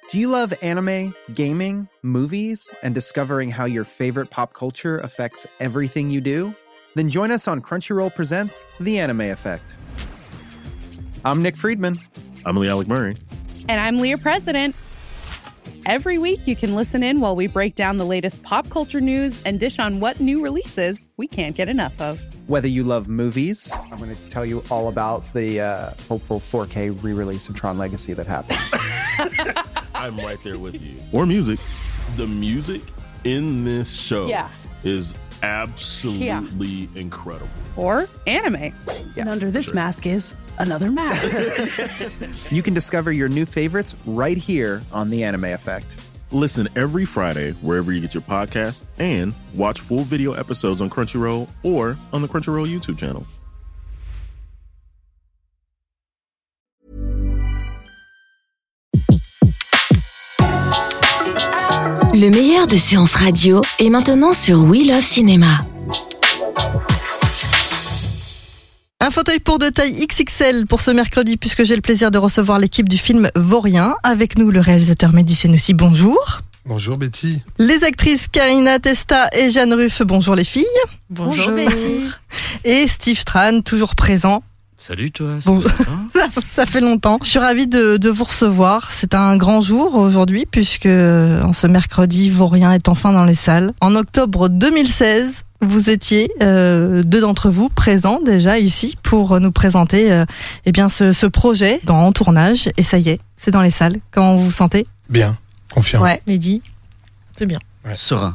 Do you love anime, gaming, movies, and discovering how your favorite pop culture affects everything you do? Then join us on Crunchyroll Presents The Anime Effect. I'm Nick Friedman. I'm Lee Alec Murray. And I'm Leah President. Every week you can listen in while we break down the latest pop culture news and dish on what new releases we can't get enough of. Whether you love movies, I'm going to tell you all about the hopeful 4K re-release of Tron Legacy that happens. I'm right there with you. Or music. The music in this show is absolutely incredible. Or anime. And under this mask is another mask. You can discover your new favorites right here on The Anime Effect. Listen every Friday wherever you get your podcasts and watch full video episodes on Crunchyroll or on the Crunchyroll YouTube channel. Le meilleur de séances radio est maintenant sur We Love Cinéma. Un fauteuil pour de taille XXL pour ce mercredi, puisque j'ai le plaisir de recevoir l'équipe du film Vaurien. Avec nous, le réalisateur Mehdi Senoussi, bonjour. Bonjour Betty. Les actrices Karina Testa et Jeanne Ruff, bonjour les filles. Bonjour Betty. Et Steve Tran, toujours présent. Salut toi, ça fait longtemps. Je suis ravie de vous recevoir. C'est un grand jour aujourd'hui puisque en ce mercredi, Vaurien est enfin dans les salles. En octobre 2016, vous étiez deux d'entre vous présents déjà ici pour nous présenter ce projet en tournage. Et ça y est, c'est dans les salles. Comment vous vous sentez ? Bien, confiant. Ouais, Mehdi, c'est bien. Ouais. Serein.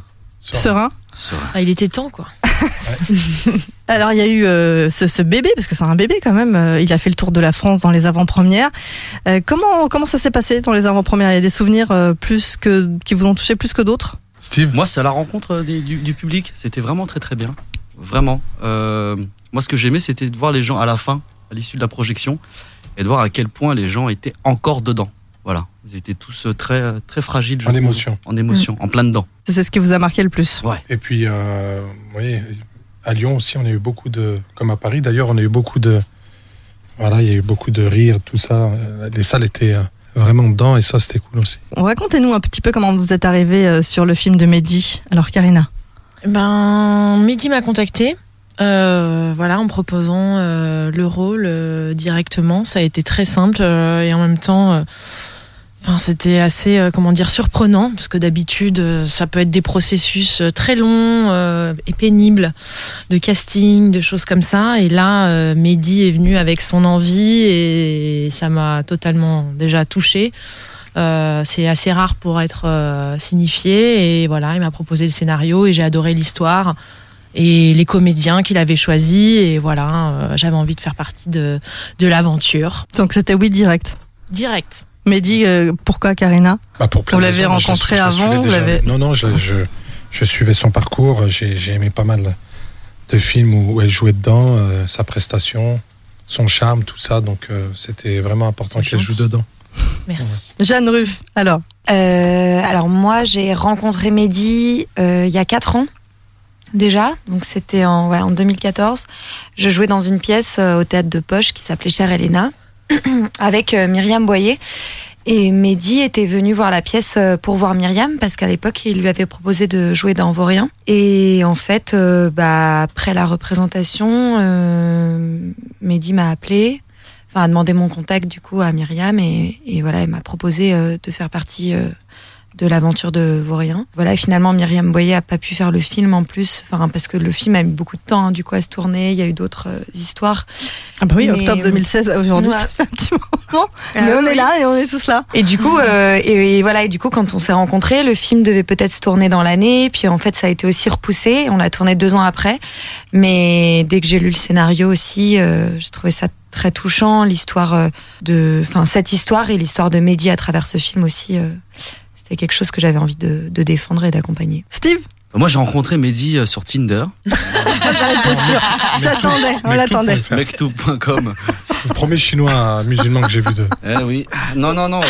Ah, il était temps quoi. Ouais. Alors il y a eu ce bébé, parce que c'est un bébé quand même, il a fait le tour de la France dans les avant-premières. Comment ça s'est passé dans les avant-premières ? Il y a des souvenirs qui vous ont touché plus que d'autres ? Steve ? Moi, c'est à la rencontre du public. C'était vraiment très très bien. Vraiment. Moi, ce que j'aimais, c'était de voir les gens à la fin, à l'issue de la projection, et de voir à quel point les gens étaient encore dedans. Voilà. Ils étaient tous très, très fragiles. En émotion. En émotion, en plein dedans. C'est ce qui vous a marqué le plus ? Ouais. Et puis, oui, à Lyon aussi, on a eu beaucoup comme à Paris d'ailleurs, on a eu beaucoup voilà, il y a eu beaucoup de rires, tout ça. Les salles étaient vraiment dedans et ça, c'était cool aussi. Racontez-nous un petit peu comment vous êtes arrivée sur le film de Mehdi. Alors, Karina ? Mehdi m'a contacté. En me proposant le rôle directement. Ça a été très simple et en même temps... c'était assez, surprenant, parce que d'habitude, ça peut être des processus très longs et pénibles de casting, de choses comme ça. Et là, Mehdi est venu avec son envie et ça m'a totalement déjà touchée. C'est assez rare pour être signifié. Et voilà, il m'a proposé le scénario et j'ai adoré l'histoire et les comédiens qu'il avait choisis. Et voilà, j'avais envie de faire partie de l'aventure. Donc c'était oui direct. Direct. Mehdi, pourquoi Karina ? Pour plein vous de l'avez raisons. rencontré avant Non, je suivais son parcours. J'ai aimé pas mal de films où elle jouait dedans, sa prestation, son charme, tout ça. Donc c'était vraiment important qu'elle joue dedans. Merci. Jeanne Ruff, alors moi, j'ai rencontré Mehdi il y a 4 ans déjà. Donc c'était en 2014. Je jouais dans une pièce au théâtre de Poche qui s'appelait Chère Elena, avec Myriam Boyer. Et Mehdi était venu voir la pièce pour voir Myriam, parce qu'à l'époque, il lui avait proposé de jouer dans Vaurien. Et en fait, après la représentation, Mehdi m'a appelé, a demandé mon contact du coup à Myriam, et voilà, elle m'a proposé de faire partie de l'aventure de Vaurien. Voilà, et finalement Myriam Boyer a pas pu faire le film en plus, parce que le film a mis beaucoup de temps du coup à se tourner. Il y a eu d'autres histoires. Ah bah oui, octobre 2016 aujourd'hui, ça fait un petit moment. Mais on est là et on est tous là. Et du coup, et voilà, et du coup, quand on s'est rencontrés, le film devait peut-être se tourner dans l'année, puis en fait, ça a été aussi repoussé. On l'a tourné 2 ans après. Mais dès que j'ai lu le scénario aussi, j'ai trouvé ça très touchant, cette histoire et l'histoire de Mehdi à travers ce film aussi. C'était quelque chose que j'avais envie de défendre et d'accompagner. Steve ? Moi, j'ai rencontré Mehdi sur Tinder. J'étais sûr. J'attendais, on l'attendait. Mektoub.com. Le premier chinois musulman que j'ai vu de... oui. Non.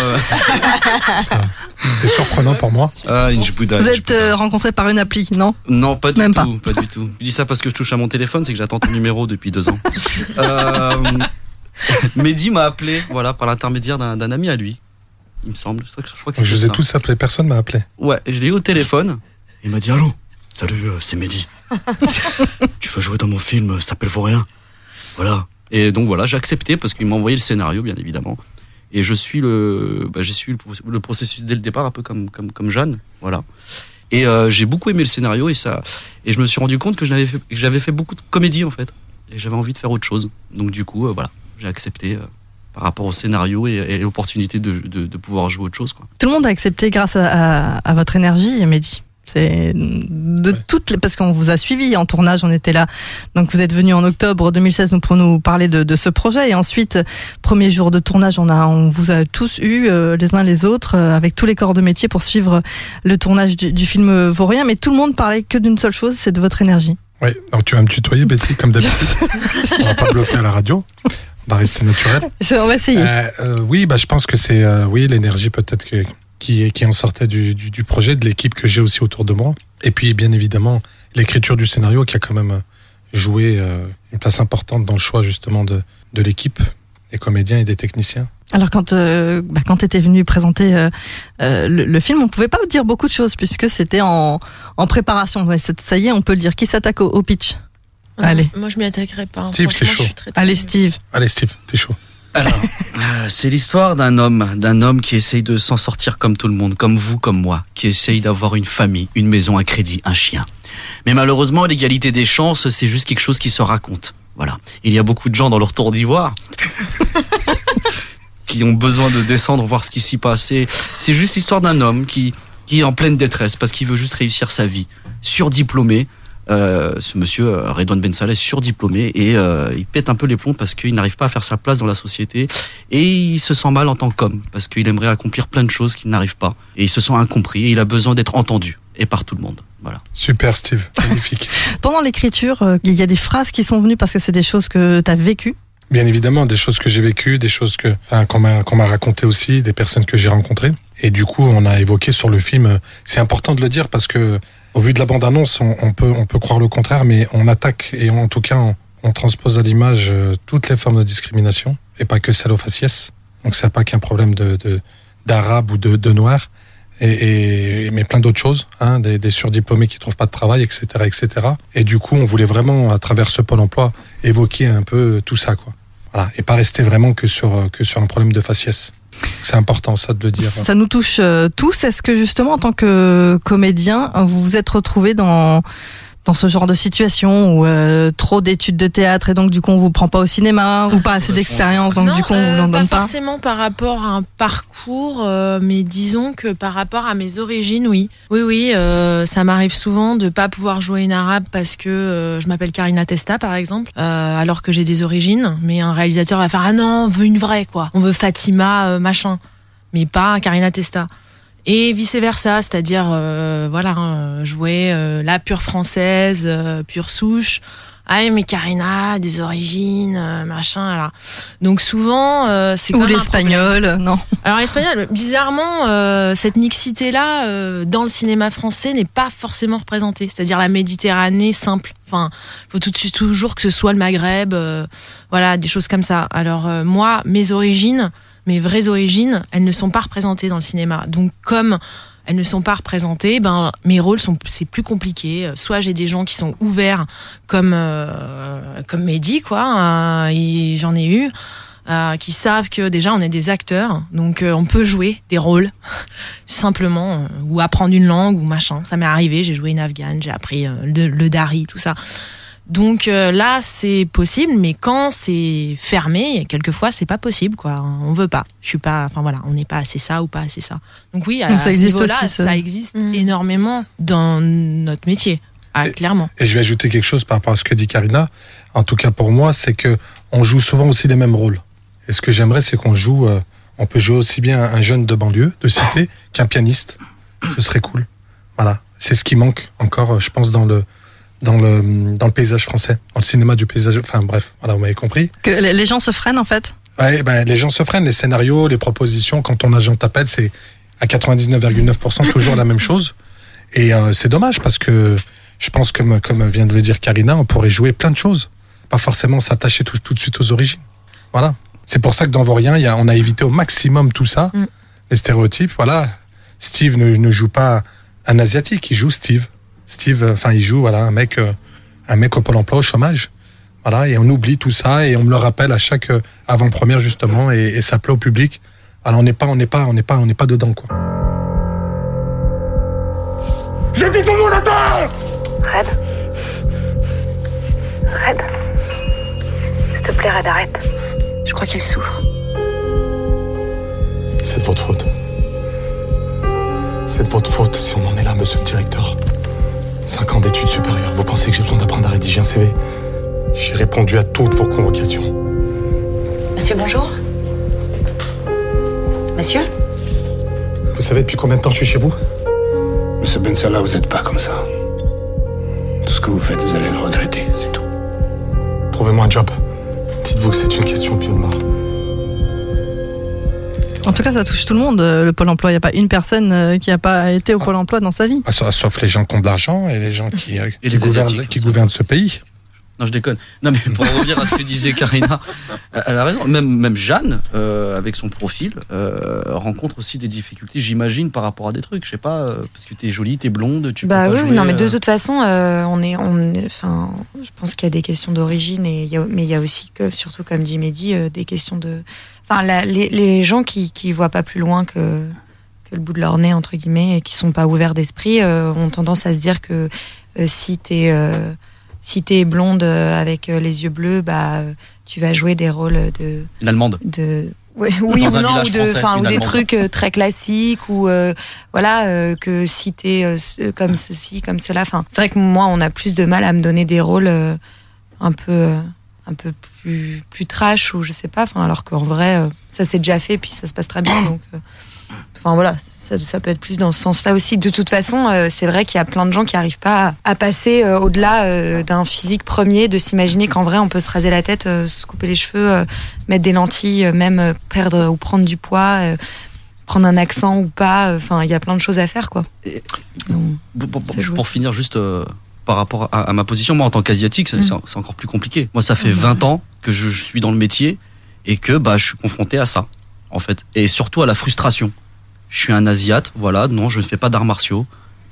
C'était surprenant pour moi. Vous êtes rencontrés par une appli, non ? Non, pas du tout. Je dis ça parce que je touche à mon téléphone, c'est que j'attends ton numéro depuis 2 ans. Mehdi m'a appelé, par l'intermédiaire d'un ami à lui. il me semble. Je crois que je vous ai tous appelés, personne m'a appelé. Ouais, je l'ai eu au téléphone. Il m'a dit allô, salut, c'est Mehdi. Tu veux jouer dans mon film, ça s'appelle Vaurien. Voilà. Et donc voilà, j'ai accepté parce qu'il m'a envoyé le scénario, bien évidemment. Et j'ai suivi le processus dès le départ, un peu comme Jeanne. Voilà. Et j'ai beaucoup aimé le scénario et je me suis rendu compte que j'avais fait beaucoup de comédie en fait. Et j'avais envie de faire autre chose. Donc du coup, voilà, j'ai accepté par rapport au scénario et l'opportunité de pouvoir jouer autre chose, quoi. Tout le monde a accepté grâce à votre énergie, Mehdi. C'est parce qu'on vous a suivi en tournage, on était là. Donc vous êtes venu en octobre 2016 pour nous parler de ce projet, et ensuite premier jour de tournage, on vous a tous eu les uns les autres avec tous les corps de métier pour suivre le tournage du film Vaurien, mais tout le monde parlait que d'une seule chose, c'est de votre énergie. Oui, donc tu vas me tutoyer, Betty, comme d'habitude. On va pas bluffer à la radio. On va rester naturel. On va essayer. Oui, je pense que c'est l'énergie peut-être qui en sortait du projet, de l'équipe que j'ai aussi autour de moi. Et puis, bien évidemment, l'écriture du scénario qui a quand même joué une place importante dans le choix justement de l'équipe, des comédiens et des techniciens. Alors quand tu étais venu présenter le film, on pouvait pas vous dire beaucoup de choses puisque c'était en préparation. Ça y est, on peut le dire. Qui s'attaque au pitch ? Allez. Moi, je m'y attaquerai pas. Steve, t'es chaud. Allez, Steve. Allez, Steve, t'es chaud. Alors, c'est l'histoire d'un homme qui essaye de s'en sortir comme tout le monde, comme vous, comme moi, qui essaye d'avoir une famille, une maison, un crédit, un chien. Mais malheureusement, l'égalité des chances, c'est juste quelque chose qui se raconte. Voilà. Il y a beaucoup de gens dans leur tour d'ivoire qui ont besoin de descendre, voir ce qui s'y passe. C'est juste l'histoire d'un homme qui est en pleine détresse parce qu'il veut juste réussir sa vie. Surdiplômé. Ce monsieur Redouane Ben Saleh, surdiplômé, et il pète un peu les plombs parce qu'il n'arrive pas à faire sa place dans la société, et il se sent mal en tant qu'homme parce qu'il aimerait accomplir plein de choses qu'il n'arrive pas, et il se sent incompris et il a besoin d'être entendu et par tout le monde. Voilà. Super, Steve, magnifique. Pendant l'écriture, il y a des phrases qui sont venues parce que c'est des choses que tu as vécues. Bien évidemment, des choses que j'ai vécues, des choses qu'on m'a racontées aussi, des personnes que j'ai rencontrées, et du coup on a évoqué sur le film. C'est important de le dire parce que au vu de la bande-annonce, on peut croire le contraire, mais on attaque et en tout cas, on transpose à l'image toutes les formes de discrimination et pas que celle aux faciès. Donc c'est pas qu'un problème d'arabe ou de noir, mais plein d'autres choses, hein, des surdiplômés qui trouvent pas de travail, etc., etc. Et du coup, on voulait vraiment, à travers ce Pôle emploi, évoquer un peu tout ça, quoi. Voilà, et pas rester vraiment que sur un problème de faciès. C'est important ça de le dire. Ça nous touche tous. Est-ce que justement en tant que comédien, vous vous êtes retrouvé dans ce genre de situation où trop d'études de théâtre et donc du coup on vous prend pas au cinéma, ou pas assez d'expérience donc du coup on vous en donne pas? Pas forcément par rapport à un parcours, mais disons que par rapport à mes origines, oui, ça m'arrive souvent de pas pouvoir jouer une arabe parce que je m'appelle Karina Testa par exemple, alors que j'ai des origines, mais un réalisateur va faire ah non, on veut une vraie quoi, on veut Fatima machin, mais pas Karina Testa. Et vice-versa, c'est-à-dire jouer la pure française, pure souche. Ah mais Karina, des origines, machin, alors. Donc souvent, c'est comme ou l'espagnol, non. Alors l'espagnol, bizarrement, cette mixité-là, dans le cinéma français, n'est pas forcément représentée. C'est-à-dire la Méditerranée simple. Enfin, faut tout de suite toujours que ce soit le Maghreb, des choses comme ça. Alors moi, mes vraies origines, elles ne sont pas représentées dans le cinéma. Donc, comme elles ne sont pas représentées, mes rôles c'est plus compliqué. Soit j'ai des gens qui sont ouverts, comme Mehdi, quoi. Et j'en ai eu, qui savent que déjà on est des acteurs, donc on peut jouer des rôles simplement, ou apprendre une langue ou machin. Ça m'est arrivé, j'ai joué une afghane, j'ai appris le dari, tout ça. Donc là, c'est possible, mais quand c'est fermé, quelquefois, c'est pas possible, quoi. On veut pas. On n'est pas assez ça ou pas assez ça. Donc oui, donc ça existe aussi, ça existe énormément dans notre métier, clairement. Et je vais ajouter quelque chose par rapport à ce que dit Karina. En tout cas pour moi, c'est que on joue souvent aussi les mêmes rôles. Et ce que j'aimerais, c'est qu'on peut jouer aussi bien un jeune de banlieue, de cité, qu'un pianiste. Ce serait cool. Voilà. C'est ce qui manque encore, je pense, dans le paysage français, dans le cinéma du paysage, enfin bref, voilà, vous m'avez compris. Que les gens se freinent en fait. Ouais, les gens se freinent, les scénarios, les propositions, quand ton agent t'appelle, c'est à 99,9% toujours la même chose. Et c'est dommage parce que je pense que, comme vient de le dire Karina, on pourrait jouer plein de choses, pas forcément s'attacher tout de suite aux origines. Voilà. C'est pour ça que dans Vaurien, on a évité au maximum tout ça. les stéréotypes, voilà. Steve ne joue pas un asiatique, il joue Steve. Il joue voilà un mec au Pôle emploi au chômage. Voilà, et on oublie tout ça et on me le rappelle à chaque avant-première justement et ça plaît au public. Alors on n'est pas dedans quoi. J'ai dit tout le monde à terre! Red, s'il te plaît, Red, arrête. Je crois qu'il souffre. C'est de votre faute. C'est de votre faute si on en est là, monsieur le directeur. 5 ans d'études supérieures, vous pensez que j'ai besoin d'apprendre à rédiger un CV? J'ai répondu à toutes vos convocations. Monsieur, bonjour. Monsieur? Vous savez depuis combien de temps je suis chez vous? Monsieur Ben Salah, vous n'êtes pas comme ça. Tout ce que vous faites, vous allez le regretter, c'est tout. Trouvez-moi un job. Dites-vous que c'est une question puis une mort. En tout cas, ça touche tout le monde, le Pôle emploi. Il n'y a pas une personne qui n'a pas été au Pôle emploi dans sa vie. Sauf les gens qui ont de l'argent et les gens qui qui gouvernent ce pays. Non, je déconne. Non, mais pour revenir à ce que disait Karina, elle a raison. Même Jeanne, avec son profil, rencontre aussi des difficultés, j'imagine, par rapport à des trucs. Je sais pas, parce que t'es jolie, t'es blonde, tu peux pas jouer. Non, mais de toute façon, je pense qu'il y a des questions d'origine, mais il y a aussi, surtout comme dit Mehdi, des questions de. Enfin, les gens qui voient pas plus loin que le bout de leur nez entre guillemets et qui sont pas ouverts d'esprit ont tendance à se dire que si t'es blonde avec les yeux bleus, tu vas jouer des rôles de. Une Allemande. Oui ou non, ou des trucs très classiques, ou que si t'es comme ceci, comme cela. Enfin, c'est vrai que moi, on a plus de mal à me donner des rôles un peu plus trash, ou je sais pas. Enfin, alors qu'en vrai, ça s'est déjà fait, puis ça se passe très bien. Donc, ça peut être plus dans ce sens-là aussi. De toute façon, c'est vrai qu'il y a plein de gens qui n'arrivent pas à passer au-delà d'un physique premier, de s'imaginer qu'en vrai, on peut se raser la tête, se couper les cheveux, mettre des lentilles, même perdre ou prendre du poids, prendre un accent ou pas. Enfin, il y a plein de choses à faire, quoi. Pour finir, juste par rapport à ma position, moi, en tant qu'asiatique, c'est encore plus compliqué. Moi, ça fait 20 ans que je suis dans le métier et que je suis confronté à ça, en fait. Et surtout à la frustration. Je suis un asiate, voilà, non, je ne fais pas d'arts martiaux.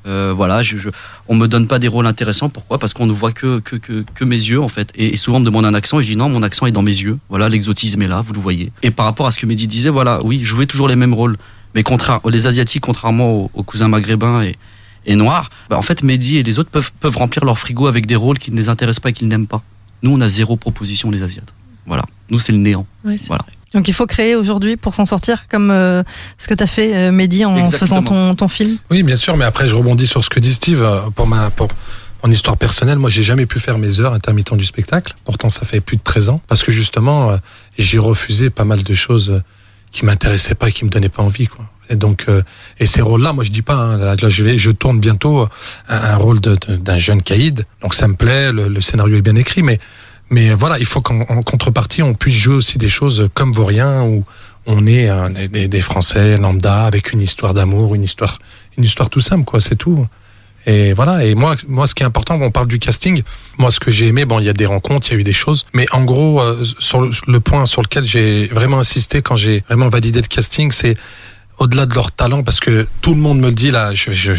On me donne pas des rôles intéressants. Pourquoi ? Parce qu'on ne voit que mes yeux, en fait. Et souvent, on me demande un accent et je dis non, mon accent est dans mes yeux. Voilà, l'exotisme est là, vous le voyez. Et par rapport à ce que Mehdi disait, voilà, oui, jouer toujours les mêmes rôles. Mais les Asiatiques, contrairement aux cousins maghrébins et noirs, en fait, Mehdi et les autres peuvent remplir leur frigo avec des rôles qui ne les intéressent pas et qu'ils n'aiment pas. Nous, on a 0 proposition, les Asiates. Voilà. Nous, c'est le néant. Ouais, voilà. Donc il faut créer aujourd'hui pour s'en sortir, comme ce que tu as fait, Mehdi, en faisant ton film. Oui, bien sûr, mais après je rebondis sur ce que dit Steve. Pour mon histoire personnelle, moi j'ai jamais pu faire mes heures intermittent du spectacle. Pourtant ça fait plus de 13 ans. Parce que justement, j'ai refusé pas mal de choses qui m'intéressaient pas et qui me donnaient pas envie, quoi. Et donc, et ces rôles-là, moi je dis pas, là je tourne bientôt un rôle d'un jeune caïd. Donc ça me plaît, le scénario est bien écrit, mais voilà, il faut qu'en contrepartie, on puisse jouer aussi des choses comme Vaurien, où on est des Français lambda, avec une histoire d'amour, une histoire tout simple, quoi, c'est tout. Et voilà, et moi, ce qui est important, on parle du casting, moi, ce que j'ai aimé, il y a des rencontres, il y a eu des choses, mais en gros, sur le point sur lequel j'ai vraiment insisté quand j'ai vraiment validé le casting, c'est au-delà de leur talent, parce que tout le monde me le dit, là,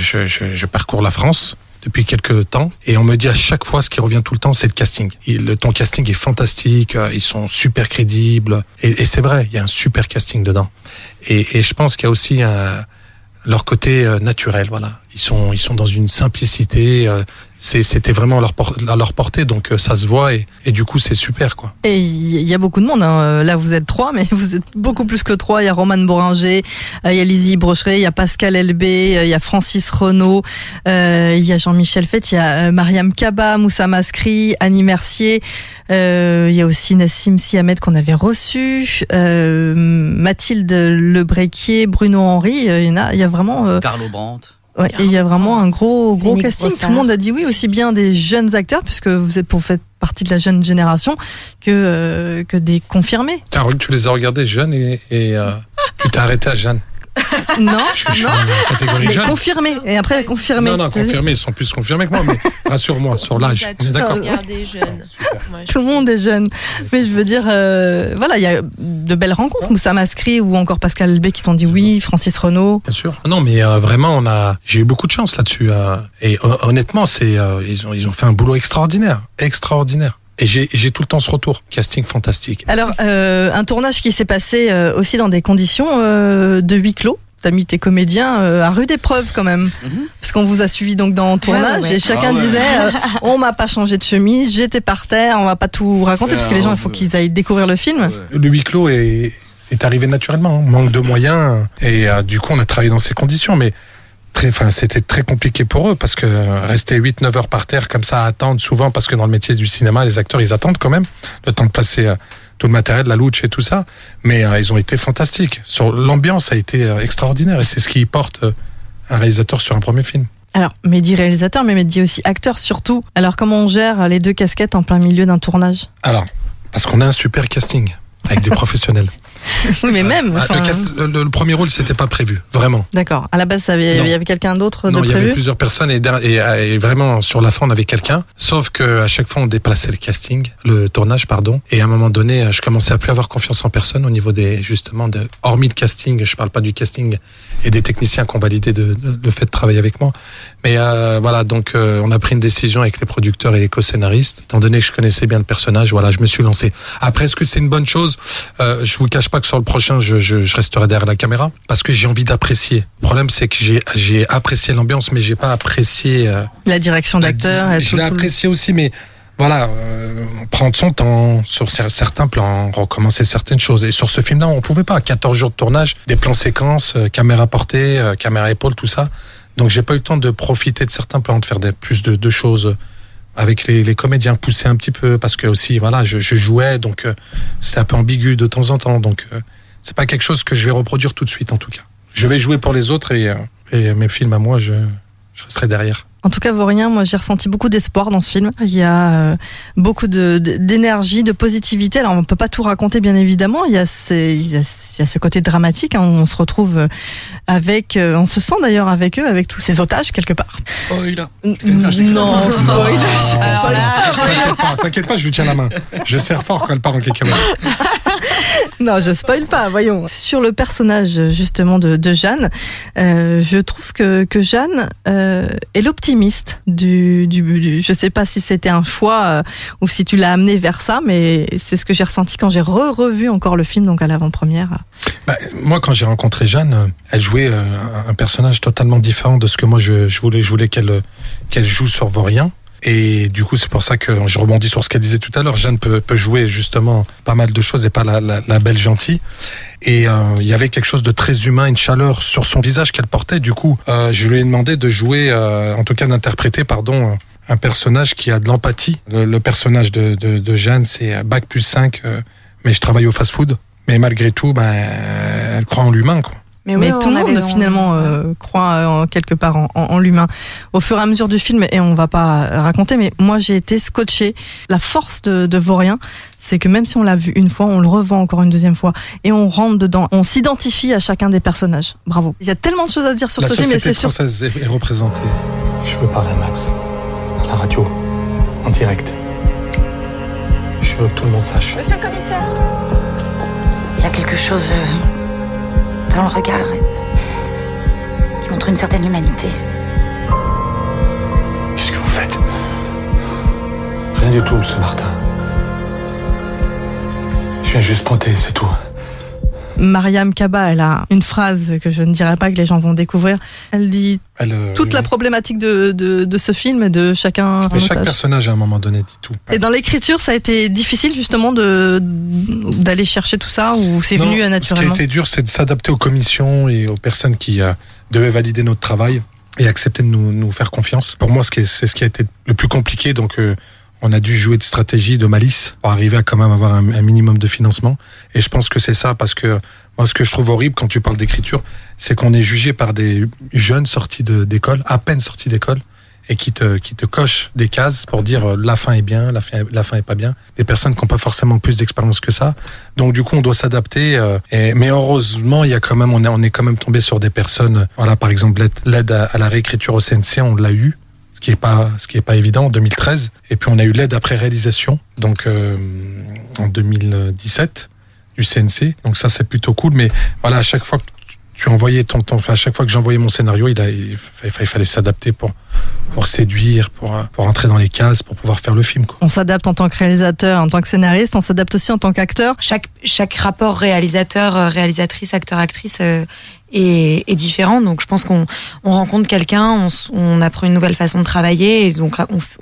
je parcours la France depuis quelques temps, et on me dit à chaque fois, ce qui revient tout le temps, c'est le casting. Ton casting est fantastique, ils sont super crédibles, et c'est vrai, il y a un super casting dedans. Et je pense qu'il y a aussi leur côté naturel, voilà. Ils sont dans une simplicité, c'était vraiment à leur portée, donc ça se voit, et du coup c'est super, quoi. Et il y a beaucoup de monde, hein. Là vous êtes 3, mais vous êtes beaucoup plus que 3. Il y a Romane Boringer, il y a Lizzie Brocheret, il y a Pascal Elbé, il y a Francis Renaud, il y a Jean-Michel Fett, il y a Mariam Kaba, Moussa Maskri, Annie Mercier, il y a aussi Nassim Siamed qu'on avait reçu, Mathilde Lebrequier, Bruno Henry, il y a vraiment Carlo Brandt. Ouais, et il y a vraiment un gros casting. Tout le monde a dit oui, aussi bien des jeunes acteurs, puisque vous faites partie de la jeune génération, que des confirmés. Tu les as regardés jeunes et tu t'es arrêté à Jeanne. Non, je suis catégorie jeune. Confirmé. Et après, confirmé. Non, confirmé. Ils sont plus confirmés que moi, mais rassure-moi sur l'âge. On est d'accord. Regardez, jeune. Tout le monde est jeune. Mais je veux dire, voilà, il y a de belles rencontres. Moussa Mascri ou encore Pascal Elbé qui t'ont dit oui, Francis Renaud. Bien sûr. Non, mais vraiment, j'ai eu beaucoup de chance là-dessus. Et honnêtement, ils ont fait un boulot extraordinaire. Et j'ai tout le temps ce retour. Casting fantastique. Alors, un tournage qui s'est passé aussi dans des conditions de huis clos. T'as mis tes comédiens à rude épreuve quand même. Parce qu'on vous a suivi donc dans le tournage et chacun disait on m'a pas changé de chemise, j'étais par terre, on va pas tout raconter parce que les gens, il faut qu'ils aillent découvrir le film. Le huis clos est arrivé naturellement. Manque de moyens. Et du coup, on a travaillé dans ces conditions. Mais c'était très compliqué pour eux parce que rester 8-9 heures par terre comme ça à attendre souvent, parce que dans le métier du cinéma, les acteurs, ils attendent quand même le temps de placer tout le matériel, la louche et tout ça. Mais ils ont été fantastiques. L'ambiance a été extraordinaire et c'est ce qui porte un réalisateur sur un premier film. Alors, Mehdi réalisateur, mais Mehdi aussi acteur surtout. Alors, comment on gère les deux casquettes en plein milieu d'un tournage ? Alors, parce qu'on a un super casting avec des professionnels. Oui, mais même. Le premier rôle, c'était pas prévu, vraiment. D'accord. À la base, il y avait quelqu'un d'autre de prévu ? Non, il y avait plusieurs personnes et vraiment sur la fin, on avait quelqu'un. Sauf que à chaque fois, on déplaçait le tournage, pardon. Et à un moment donné, je commençais à plus avoir confiance en personne au niveau hormis le casting. Je parle pas du casting et des techniciens qui ont validé le fait de travailler avec moi. Mais voilà, donc on a pris une décision avec les producteurs et les co-scénaristes. Étant donné que je connaissais bien le personnage, voilà, je me suis lancé. Après, est-ce que c'est une bonne chose ? Je vous cache pas que sur le prochain, je resterai derrière la caméra parce que j'ai envie d'apprécier. Le problème, c'est que j'ai apprécié l'ambiance, mais j'ai pas apprécié la direction d'acteur. Je l'ai apprécié aussi, mais voilà, prendre son temps sur certains plans, recommencer certaines choses. Et sur ce film-là, on pouvait pas. 14 jours de tournage, des plans séquences, caméra portée, caméra épaule, tout ça. Donc j'ai pas eu le temps de profiter de certains plans, de faire plus de choses avec les comédiens, pousser un petit peu parce que aussi voilà, je jouais, donc c'est un peu ambigu de temps en temps, donc c'est pas quelque chose que je vais reproduire tout de suite en tout cas. Je vais jouer pour les autres et mes films à moi, je resterai derrière. En tout cas, Vaurien, moi j'ai ressenti beaucoup d'espoir dans ce film. Il y a beaucoup d'énergie, de positivité. Alors on peut pas tout raconter bien évidemment. Il y a ce côté dramatique. Hein, où on se retrouve on se sent d'ailleurs avec eux, avec tous ces otages quelque part. Spoil. Non, spoil. T'inquiète pas, je lui tiens la main. Je serre fort quand elle part en cacahuète. Non, je spoil pas, voyons. Sur le personnage justement de Jeanne, je trouve que Jeanne est l'optimiste je sais pas si c'était un choix ou si tu l'as amené vers ça, mais c'est ce que j'ai ressenti quand j'ai revu encore le film, donc à l'avant-première. Moi, quand j'ai rencontré Jeanne, elle jouait un personnage totalement différent de ce que moi je voulais qu'elle joue sur Vaurien. Et du coup, c'est pour ça que je rebondis sur ce qu'elle disait tout à l'heure. Jeanne peut jouer justement pas mal de choses et pas la belle gentille. Et il y avait quelque chose de très humain, une chaleur sur son visage qu'elle portait. Du coup, je lui ai demandé de jouer, en tout cas d'interpréter, un personnage qui a de l'empathie. Le personnage de Jeanne, c'est Bac plus 5, mais je travaille au fast-food. Mais malgré tout, elle croit en l'humain, quoi. Mais tout le monde finalement croit quelque part en l'humain. Au fur et à mesure du film, et on va pas raconter, mais moi j'ai été scotché. La force de Vaurien, c'est que même si on l'a vu une fois, on le revoit encore une deuxième fois et on rentre dedans. On s'identifie à chacun des personnages. Bravo. Il y a tellement de choses à dire sur ce film. La société française est représentée. Je veux parler à Max, à la radio, en direct. Je veux que tout le monde sache. Monsieur le commissaire, il y a quelque chose dans le regard qui montre une certaine humanité. Qu'est-ce que vous faites ? Rien du tout, monsieur Martin. Je viens juste pointer, c'est tout. Mariam Kaba, elle a une phrase que je ne dirai pas, que les gens vont découvrir. Elle dit toute la problématique de ce film et de chacun. Mais chaque personnage à un moment donné dit tout. Et dans l'écriture, ça a été difficile justement d'aller chercher tout ça, ou c'est venu naturellement? Ce qui a été dur, c'est de s'adapter aux commissions et aux personnes qui devaient valider notre travail et accepter de nous faire confiance. Pour moi, c'est ce qui a été le plus compliqué, donc on a dû jouer de stratégie, de malice pour arriver à quand même avoir un minimum de financement. Et je pense que c'est ça, parce que moi, ce que je trouve horrible quand tu parles d'écriture, c'est qu'on est jugé par des jeunes sortis d'école, à peine sortis d'école, et qui te coche des cases pour dire la fin est bien, la fin est pas bien. Des personnes qui n'ont pas forcément plus d'expérience que ça. Donc du coup, on doit s'adapter. Mais heureusement, il y a quand même, on est quand même tombé sur des personnes. Voilà, par exemple, l'aide à la réécriture au CNC, on l'a eu. Ce qui est pas évident en 2013. Et puis on a eu l'aide après réalisation, donc en 2017 du CNC. Donc ça c'est plutôt cool. Mais voilà, à chaque fois que tu envoyais à chaque fois que j'envoyais mon scénario, il fallait s'adapter pour séduire, pour entrer dans les cases, pour pouvoir faire le film, quoi. On s'adapte en tant que réalisateur, en tant que scénariste, on s'adapte aussi en tant qu'acteur. Chaque rapport réalisateur, réalisatrice, acteur, actrice est différent. Donc je pense qu'on rencontre quelqu'un, on apprend une nouvelle façon de travailler, et donc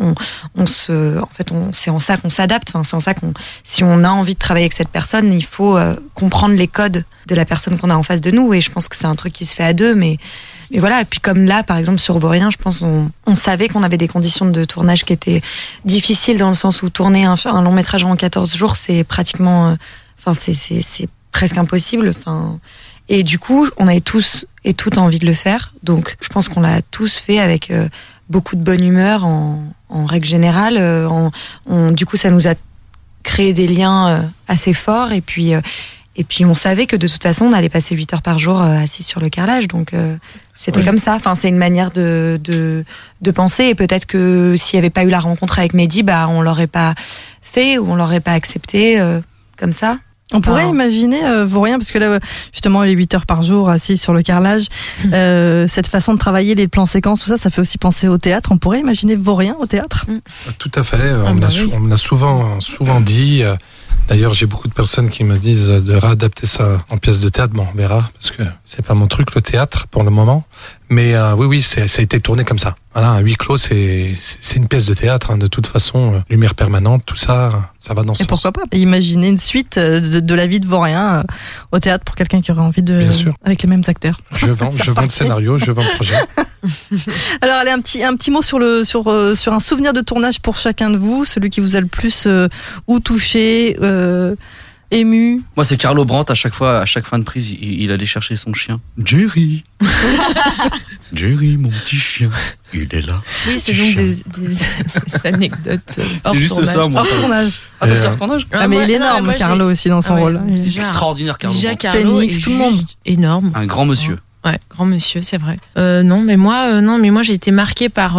c'est en ça qu'on s'adapte. Enfin, c'est en ça si on a envie de travailler avec cette personne, il faut comprendre les codes de la personne qu'on a en face de nous. Et je pense que c'est un truc qui se fait à deux, mais voilà. Et puis comme là, par exemple sur Vaurien, je pense on savait qu'on avait des conditions de tournage qui étaient difficiles, dans le sens où tourner un long métrage en 14 jours, c'est pratiquement, c'est presque impossible. Et du coup, on avait tous et toutes envie de le faire. Donc, je pense qu'on l'a tous fait avec beaucoup de bonne humeur en règle générale. Du coup, ça nous a créé des liens assez forts. Et puis, on savait que de toute façon, on allait passer 8 heures par jour assis sur le carrelage. Donc, c'était comme ça. Enfin, c'est une manière de penser. Et peut-être que s'il n'y avait pas eu la rencontre avec Mehdi, on l'aurait pas fait, ou on l'aurait pas accepté comme ça. On pourrait imaginer Vaurien, parce que là, justement, les 8 heures par jour assis sur le carrelage, cette façon de travailler, les plans séquences, tout ça, ça fait aussi penser au théâtre. On pourrait imaginer Vaurien au théâtre. Tout à fait. On me l'a souvent dit. D'ailleurs, j'ai beaucoup de personnes qui me disent de réadapter ça en pièce de théâtre. Bon, on verra, parce que c'est pas mon truc, le théâtre, pour le moment. Mais oui, ça a été tourné comme ça. Voilà, un huis clos, c'est une pièce de théâtre, hein, de toute façon. Lumière permanente, tout ça, ça va dans ce sens. Et pourquoi pas imaginer une suite de la vie de Vaurien au théâtre pour quelqu'un qui aurait envie de... Bien sûr. Avec les mêmes acteurs. Je vends le scénario, je vends le projet. Alors, allez, un petit mot sur un souvenir de tournage pour chacun de vous, celui qui vous a le plus ou touché, ému. Moi, c'est Carlo Brandt. À chaque fin de prise, il allait chercher son chien. Jerry. Jerry, mon petit chien, il est là. Oui, c'est donc des anecdotes. C'est juste tournage. ça, moi. Hors tournage. Attends, c'est hors tournage. Mais il est énorme, Carlo, aussi, dans son rôle. Extraordinaire, Carlo. Déjà, Carlo Phoenix, tout le monde. Énorme. Un grand monsieur. Ouais, grand monsieur, c'est vrai. Non, mais moi, j'ai été marquée par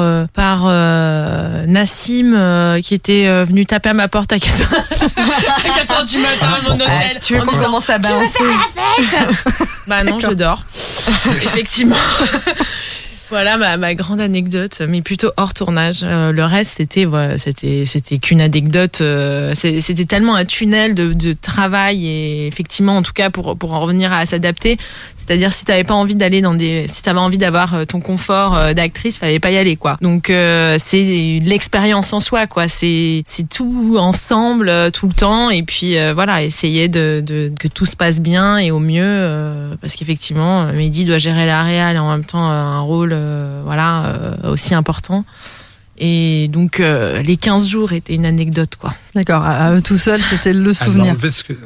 Nassim qui était venu taper à ma porte à 4h du matin à mon hôtel. Si tu veux qu'on commence à balancer. Bah non, je dors. Effectivement. Voilà ma grande anecdote, mais plutôt hors tournage. Le reste, c'était qu'une anecdote. C'était tellement un tunnel de travail, et effectivement, en tout cas, pour en revenir à s'adapter. C'est-à-dire, si t'avais pas envie si t'avais envie d'avoir ton confort d'actrice, fallait pas y aller, quoi. Donc, c'est l'expérience en soi, quoi. C'est tout ensemble, tout le temps, et puis voilà, essayer que tout se passe bien et au mieux, parce qu'effectivement, Mehdi doit gérer la réal et en même temps un rôle aussi important. Et donc les 15 jours étaient une anecdote, quoi. D'accord, tout seul, c'était le souvenir. Ce que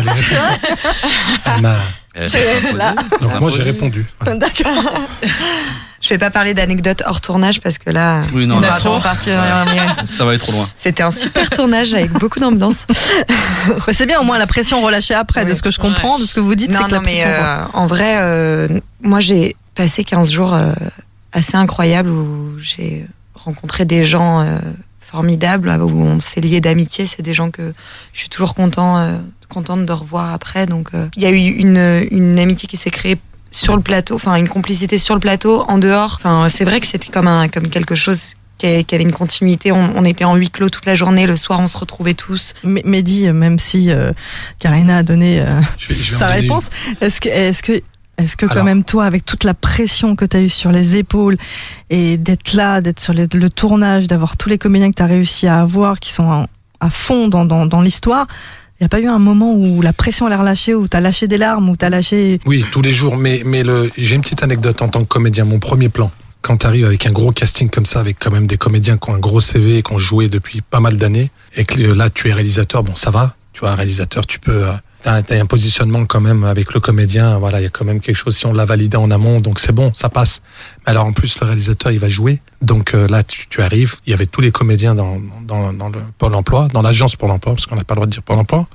donc moi j'ai répondu. D'accord. Je vais pas parler d'anecdotes hors tournage parce que là, oui, non, on va trop partir. Ça va aller trop loin. C'était un super tournage avec beaucoup d'ambiance. C'est bien, au moins la pression relâchée après, de ce que je comprends, de ce que vous dites. Non, c'est que mais en vrai, moi j'ai passé 15 jours assez incroyables où j'ai rencontré des gens formidables, où on s'est liés d'amitié. C'est des gens que je suis toujours contente de revoir après. Donc il y a eu une amitié qui s'est créée sur le plateau, enfin une complicité sur le plateau, en dehors. Enfin, c'est vrai que c'était comme quelque chose qui avait une continuité. On était en huis clos toute la journée, le soir on se retrouvait tous. Mehdi, même si Karina a donné ta réponse, est-ce que quand même toi, avec toute la pression que tu as eue sur les épaules, et d'être là, d'être sur le tournage, d'avoir tous les comédiens que tu as réussi à avoir, qui sont à fond dans l'histoire, il n'y a pas eu un moment où la pression elle a relâché, où tu as lâché des larmes, où tu as lâché... Oui, tous les jours, mais j'ai une petite anecdote en tant que comédien. Mon premier plan, quand tu arrives avec un gros casting comme ça, avec quand même des comédiens qui ont un gros CV, qui ont joué depuis pas mal d'années, et que là tu es réalisateur, bon ça va, tu vois, réalisateur, tu peux t'as un positionnement quand même avec le comédien. Voilà, il y a quand même quelque chose. Si on l'a validé en amont, donc c'est bon, ça passe. Mais alors en plus, le réalisateur, il va jouer. Donc là, tu arrives. Il y avait tous les comédiens dans le Pôle Emploi, dans l'agence Pôle Emploi, parce qu'on n'a pas le droit de dire Pôle Emploi.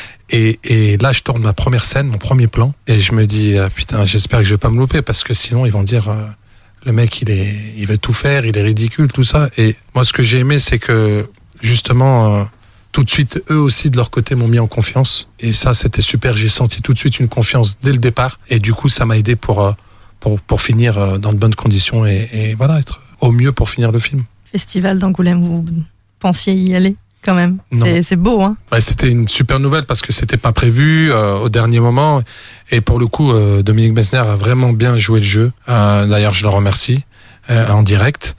Et là, je tourne ma première scène, mon premier plan, et je me dis putain, j'espère que je vais pas me louper, parce que sinon ils vont dire le mec il veut tout faire, il est ridicule, tout ça. Et moi, ce que j'ai aimé, c'est que justement tout de suite, eux aussi de leur côté m'ont mis en confiance, et ça c'était super. J'ai senti tout de suite une confiance dès le départ, et du coup ça m'a aidé pour finir dans de bonnes conditions et voilà, être au mieux pour finir le film. Festival d'Angoulême, vous pensiez y aller quand même? C'est beau, hein? Ouais, c'était une super nouvelle parce que c'était pas prévu au dernier moment, et pour le coup Dominique Messner a vraiment bien joué le jeu. D'ailleurs, je le remercie en direct,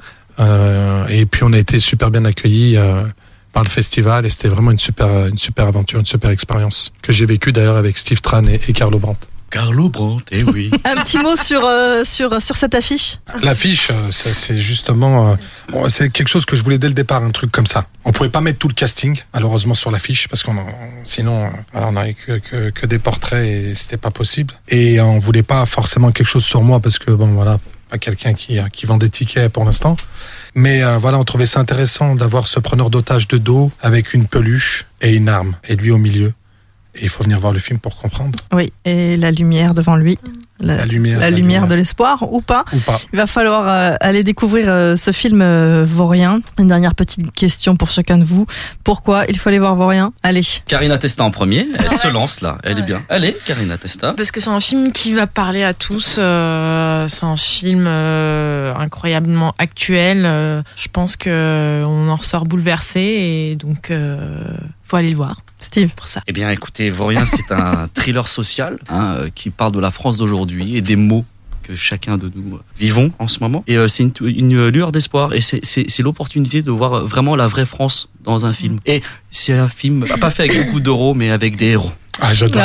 et puis on a été super bien accueillis par le festival, et c'était vraiment une super aventure, une super expérience que j'ai vécue d'ailleurs avec Steve Tran et Carlo Brandt. Carlo Brandt, eh oui. Un petit mot sur cette affiche. L'affiche, ça, c'est justement, c'est quelque chose que je voulais dès le départ, un truc comme ça. On pouvait pas mettre tout le casting, malheureusement, sur l'affiche, parce sinon, on n'avait que des portraits et c'était pas possible. Et on voulait pas forcément quelque chose sur moi, parce que bon, voilà, pas quelqu'un qui vend des tickets pour l'instant. Mais voilà, on trouvait ça intéressant d'avoir ce preneur d'otage de dos avec une peluche et une arme, et lui au milieu. Et il faut venir voir le film pour comprendre. Oui, et la lumière devant lui. La lumière de l'espoir, ou pas. Il va falloir aller découvrir ce film Vaurien. Une dernière petite question pour chacun de vous. Pourquoi il faut aller voir Vaurien? Allez. Carina Testa en premier. Elle se lance là. Elle est bien. Allez, Carina Testa. Parce que c'est un film qui va parler à tous. C'est un film incroyablement actuel. Je pense qu'on en ressort bouleversé, et donc faut aller le voir. Steve, pour ça. Eh bien, écoutez, Vaurien, c'est un thriller social qui parle de la France d'aujourd'hui et des maux que chacun de nous vivons en ce moment. Et c'est une lueur d'espoir, et c'est l'opportunité de voir vraiment la vraie France dans un film. Et c'est un film pas fait avec beaucoup d'euros, mais avec des héros. Ah, j'adore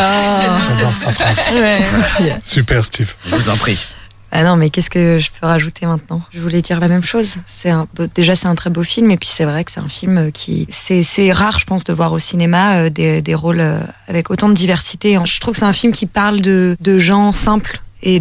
sa phrase. Ouais. Super, Steve. Je vous en prie. Ah non, mais qu'est-ce que je peux rajouter maintenant? Je voulais dire la même chose. Déjà, c'est un très beau film, et puis c'est vrai que c'est un film qui... C'est rare, je pense, de voir au cinéma des rôles avec autant de diversité. Je trouve que c'est un film qui parle de gens simples et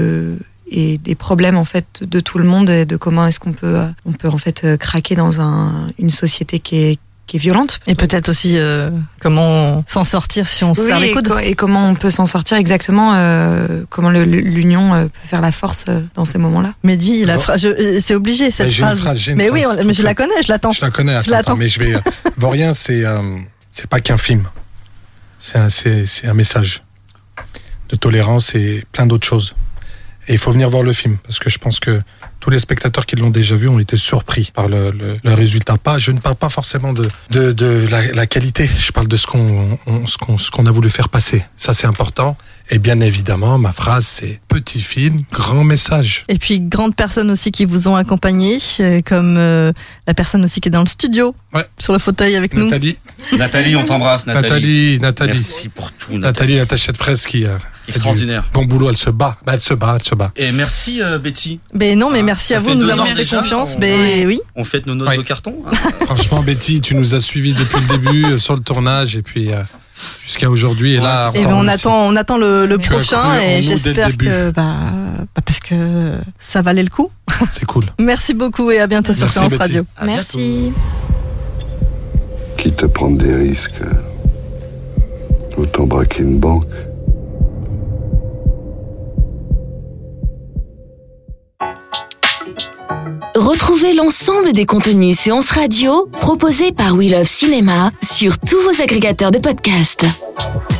des problèmes, en fait, de tout le monde, et de comment est-ce qu'on peut en fait craquer dans une société qui est violente. Et peut-être aussi comment s'en sortir si on se serre les coudes. Et comment on peut s'en sortir exactement, comment l'union peut faire la force dans ces moments-là. Mehdi, c'est obligé cette phrase. Mais oui, mais je la connais, je l'attends. Je la connais, attends, mais je vais... Vaurien, c'est pas qu'un film. C'est un message de tolérance et plein d'autres choses. Et il faut venir voir le film, parce que je pense que tous les spectateurs qui l'ont déjà vu ont été surpris par le résultat. Je ne parle pas forcément de la qualité, je parle de ce qu'on a voulu faire passer. Ça, c'est important. Et bien évidemment, ma phrase, c'est petit film, grand message. Et puis, grandes personnes aussi qui vous ont accompagné, comme la personne aussi qui est dans le studio, sur le fauteuil avec nous. Nathalie, on t'embrasse, Nathalie. Nathalie. Merci pour tout, Nathalie, l'attachée de presse qui... extraordinaire. Bon boulot, elle se bat. Elle se bat. Et merci Betty. Mais non, mais merci à vous de nous avoir fait confiance. Oui. On fête nos noces de carton. Franchement, Betty, tu nous as suivis depuis le début sur le tournage, et puis jusqu'à aujourd'hui. Et là, on attend le prochain, et j'espère que parce que ça valait le coup. C'est cool. Merci beaucoup, et à bientôt sur Séance Radio. Merci. Quitte à prendre des risques, autant braquer une banque. Retrouvez l'ensemble des contenus Séance Radio proposés par We Love Cinéma sur tous vos agrégateurs de podcasts.